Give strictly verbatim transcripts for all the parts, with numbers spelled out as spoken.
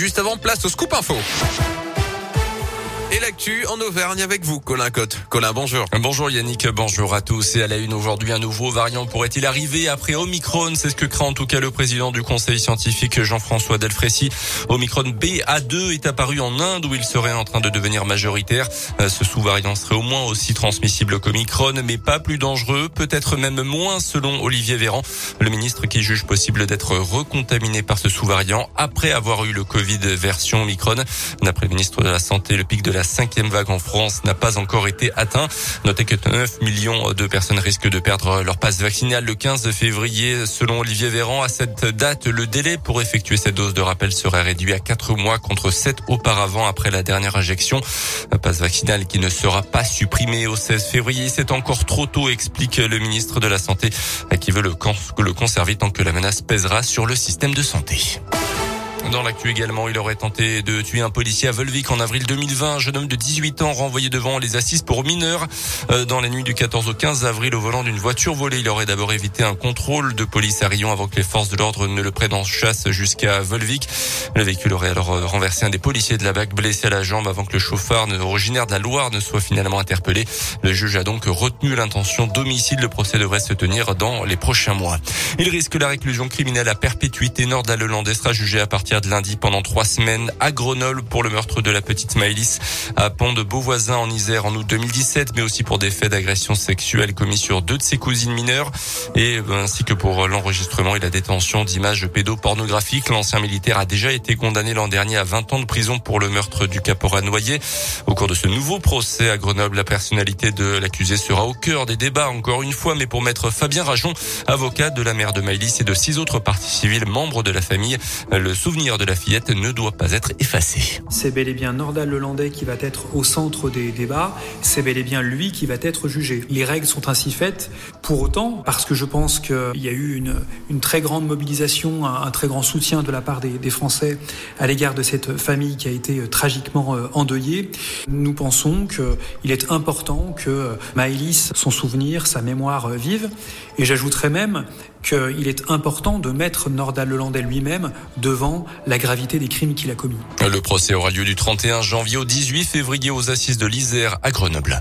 juste avant, place au Scoop Info. Et l'actu en Auvergne avec vous, Colin Cotte. Colin, bonjour. Bonjour Yannick, bonjour à tous. Et à la une aujourd'hui, un nouveau variant pourrait-il arriver après Omicron? C'est ce que craint en tout cas le président du conseil scientifique Jean-François Delfrécy. Omicron B A deux est apparu en Inde où il serait en train de devenir majoritaire. Ce sous-variant serait au moins aussi transmissible qu'Omicron, mais pas plus dangereux, peut-être même moins selon Olivier Véran, le ministre qui juge possible d'être recontaminé par ce sous-variant après avoir eu le Covid version Omicron. D'après le ministre de la Santé, le pic de la cinquième vague en France n'a pas encore été atteint. Notez que neuf millions de personnes risquent de perdre leur passe vaccinale le quinze février. Selon Olivier Véran, à cette date, le délai pour effectuer cette dose de rappel serait réduit à quatre mois contre sept auparavant après la dernière injection. Un passe vaccinal qui ne sera pas supprimé au seize février. C'est encore trop tôt, explique le ministre de la Santé, qui veut le, le conserver tant que la menace pèsera sur le système de santé. Dans l'actu également, il aurait tenté de tuer un policier à Volvic en avril deux mille vingt. Un jeune homme de dix-huit ans renvoyé devant les assises pour mineurs. Dans la nuit du quatorze au quinze avril, au volant d'une voiture volée, il aurait d'abord évité un contrôle de police à Rion avant que les forces de l'ordre ne le prennent en chasse jusqu'à Volvic. Le véhicule aurait alors renversé un des policiers de la B A C blessé à la jambe avant que le chauffeur originaire de la Loire ne soit finalement interpellé. Le juge a donc retenu l'intention d'homicide. Le procès devrait se tenir dans les prochains mois. Il risque la réclusion criminelle à perpétuité. Nordal Lelandais sera jugé à partir de lundi pendant trois semaines à Grenoble pour le meurtre de la petite Maëlys à Pont de Beauvoisin en Isère en août deux mille dix-sept, mais aussi pour des faits d'agression sexuelle commis sur deux de ses cousines mineures et ainsi que pour l'enregistrement et la détention d'images pédopornographiques. L'ancien militaire a déjà été condamné l'an dernier à vingt ans de prison pour le meurtre du caporal Noyer. Au cours de ce nouveau procès à Grenoble, la personnalité de l'accusé sera au cœur des débats encore une fois, mais pour maître Fabien Rajon, avocat de la mère de Maëlys et de six autres parties civiles membres de la famille, le souvenir de la fillette ne doit pas être effacé. C'est bel et bien Nordal Lelandais qui va être au centre des débats, c'est bel et bien lui qui va être jugé. Les règles sont ainsi faites, pour autant, parce que je pense qu'il y a eu une, une très grande mobilisation, un, un très grand soutien de la part des, des Français à l'égard de cette famille qui a été tragiquement endeuillée. Nous pensons qu'il est important que Maëlys, son souvenir, sa mémoire vive, et j'ajouterais même qu'il est important de mettre Nordal Lelandais lui-même devant la gravité des crimes qu'il a commis. Le procès aura lieu du trente et un janvier au dix-huit février aux assises de l'Isère à Grenoble.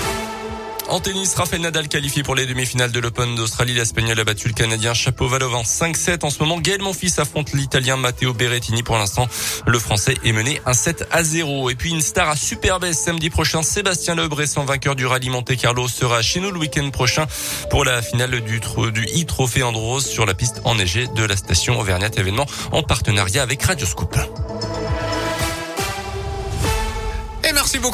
En tennis, Rafael Nadal qualifié pour les demi-finales de l'Open d'Australie. L'Espagnol a battu le Canadien Shapovalov en cinq sept. En ce moment, Gaël Monfils affronte l'Italien Matteo Berrettini. Pour l'instant, le Français est mené un sept à zéro. Et puis une star à Superbès samedi prochain. Sébastien Loeb, récent vainqueur du rallye Monte-Carlo, sera chez nous le week-end prochain pour la finale du, du e-Trophée Andros sur la piste enneigée de la station Auvergnat. Événement en partenariat avec Radio Scoop. Et merci beaucoup.